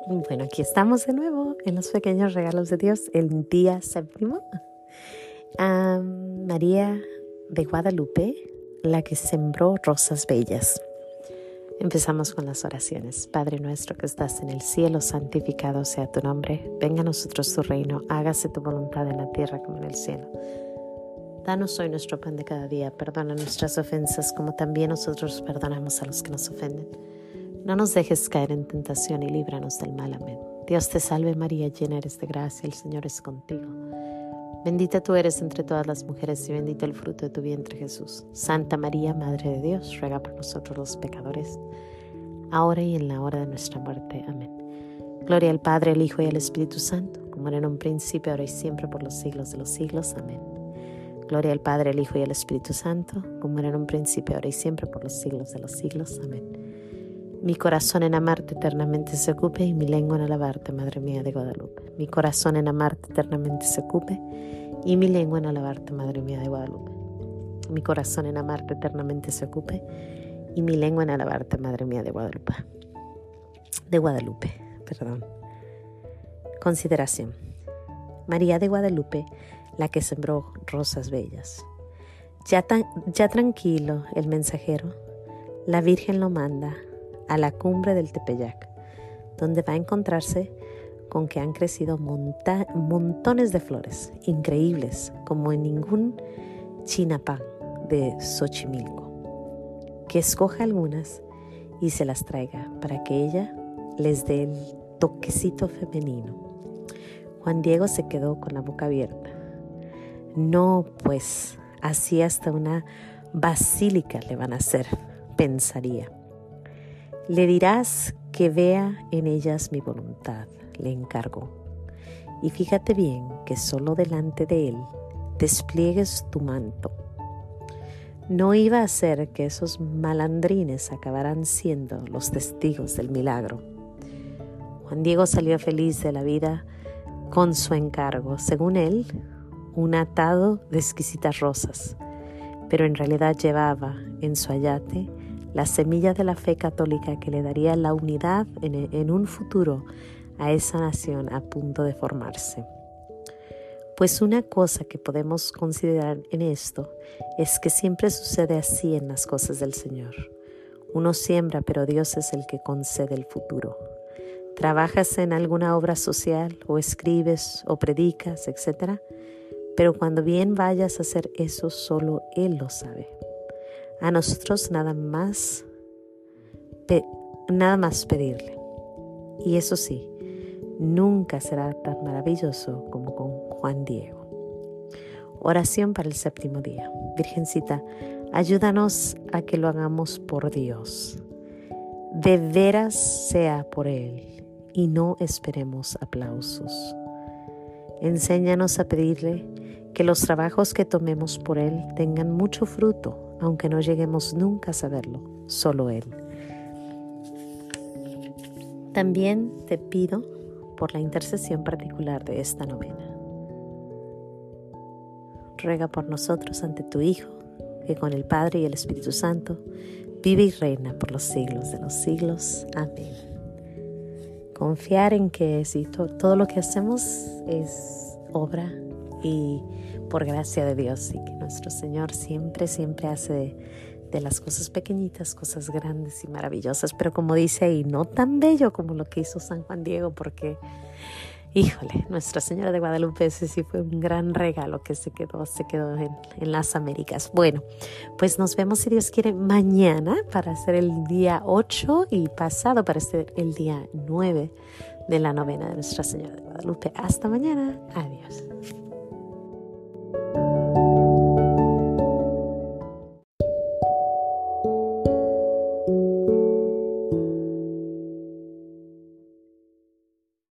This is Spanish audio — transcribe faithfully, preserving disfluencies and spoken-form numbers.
Bueno, aquí estamos de nuevo en los pequeños regalos de Dios, el día séptimo. A María de Guadalupe, la que sembró rosas bellas. Empezamos con las oraciones. Padre nuestro que estás en el cielo, santificado sea tu nombre. Venga a nosotros tu reino, hágase tu voluntad en la tierra como en el cielo. Danos hoy nuestro pan de cada día, perdona nuestras ofensas como también nosotros perdonamos a los que nos ofenden. No nos dejes caer en tentación y líbranos del mal. Amén. Dios te salve María, llena eres de gracia, el Señor es contigo. Bendita tú eres entre todas las mujeres y bendito el fruto de tu vientre Jesús. Santa María, Madre de Dios, ruega por nosotros los pecadores, ahora y en la hora de nuestra muerte. Amén. Gloria al Padre, al Hijo y al Espíritu Santo, como era en un principio, ahora y siempre, por los siglos de los siglos. Amén. Gloria al Padre, al Hijo y al Espíritu Santo, como era en un principio, ahora y siempre, por los siglos de los siglos. Amén. Mi corazón en amarte eternamente se ocupe y mi lengua en alabarte, Madre mía de Guadalupe. Mi corazón en amarte eternamente se ocupe y mi lengua en alabarte, Madre mía de Guadalupe. Mi corazón en amarte eternamente se ocupe y mi lengua en alabarte, Madre mía de Guadalupe. De Guadalupe, perdón. Consideración. María de Guadalupe, la que sembró rosas bellas. Ya, tan, ya tranquilo el mensajero, la Virgen lo manda a la cumbre del Tepeyac, donde va a encontrarse con que han crecido monta- montones de flores increíbles, como en ningún chinapán de Xochimilco. Que escoja algunas y se las traiga para que ella les dé el toquecito femenino. Juan Diego se quedó con la boca abierta. No, pues, así hasta una basílica le van a hacer, pensaría. Le dirás que vea en ellas mi voluntad, le encargó. Y fíjate bien que solo delante de él despliegues tu manto. No iba a ser que esos malandrines acabaran siendo los testigos del milagro. Juan Diego salió feliz de la vida con su encargo, según él, un atado de exquisitas rosas, pero en realidad llevaba en su ayate la semilla de la fe católica que le daría la unidad en, en un futuro a esa nación a punto de formarse. Pues una cosa que podemos considerar en esto es que siempre sucede así en las cosas del Señor. Uno siembra, pero Dios es el que concede el futuro. Trabajas en alguna obra social, o escribes, o predicas, etcétera, pero cuando bien vayas a hacer eso, solo Él lo sabe. A nosotros nada más, pe- nada más pedirle. Y eso sí, nunca será tan maravilloso como con Juan Diego. Oración para el séptimo día. Virgencita, ayúdanos a que lo hagamos por Dios. De veras sea por Él y no esperemos aplausos. Enséñanos a pedirle que los trabajos que tomemos por Él tengan mucho fruto, aunque no lleguemos nunca a saberlo, solo Él. También te pido por la intercesión particular de esta novena. Ruega por nosotros ante tu Hijo, que con el Padre y el Espíritu Santo vive y reina por los siglos de los siglos. Amén. Confiar en que si to- todo lo que hacemos es obra y por gracia de Dios, y que nuestro Señor siempre, siempre hace de, de las cosas pequeñitas, cosas grandes y maravillosas, pero como dice ahí, no tan bello como lo que hizo San Juan Diego, porque, híjole, Nuestra Señora de Guadalupe, ese sí fue un gran regalo que se quedó, se quedó en, en las Américas. Bueno, pues nos vemos, si Dios quiere, mañana para hacer el día ocho y pasado para hacer el día nueve de la novena de Nuestra Señora de Guadalupe. Hasta mañana. Adiós.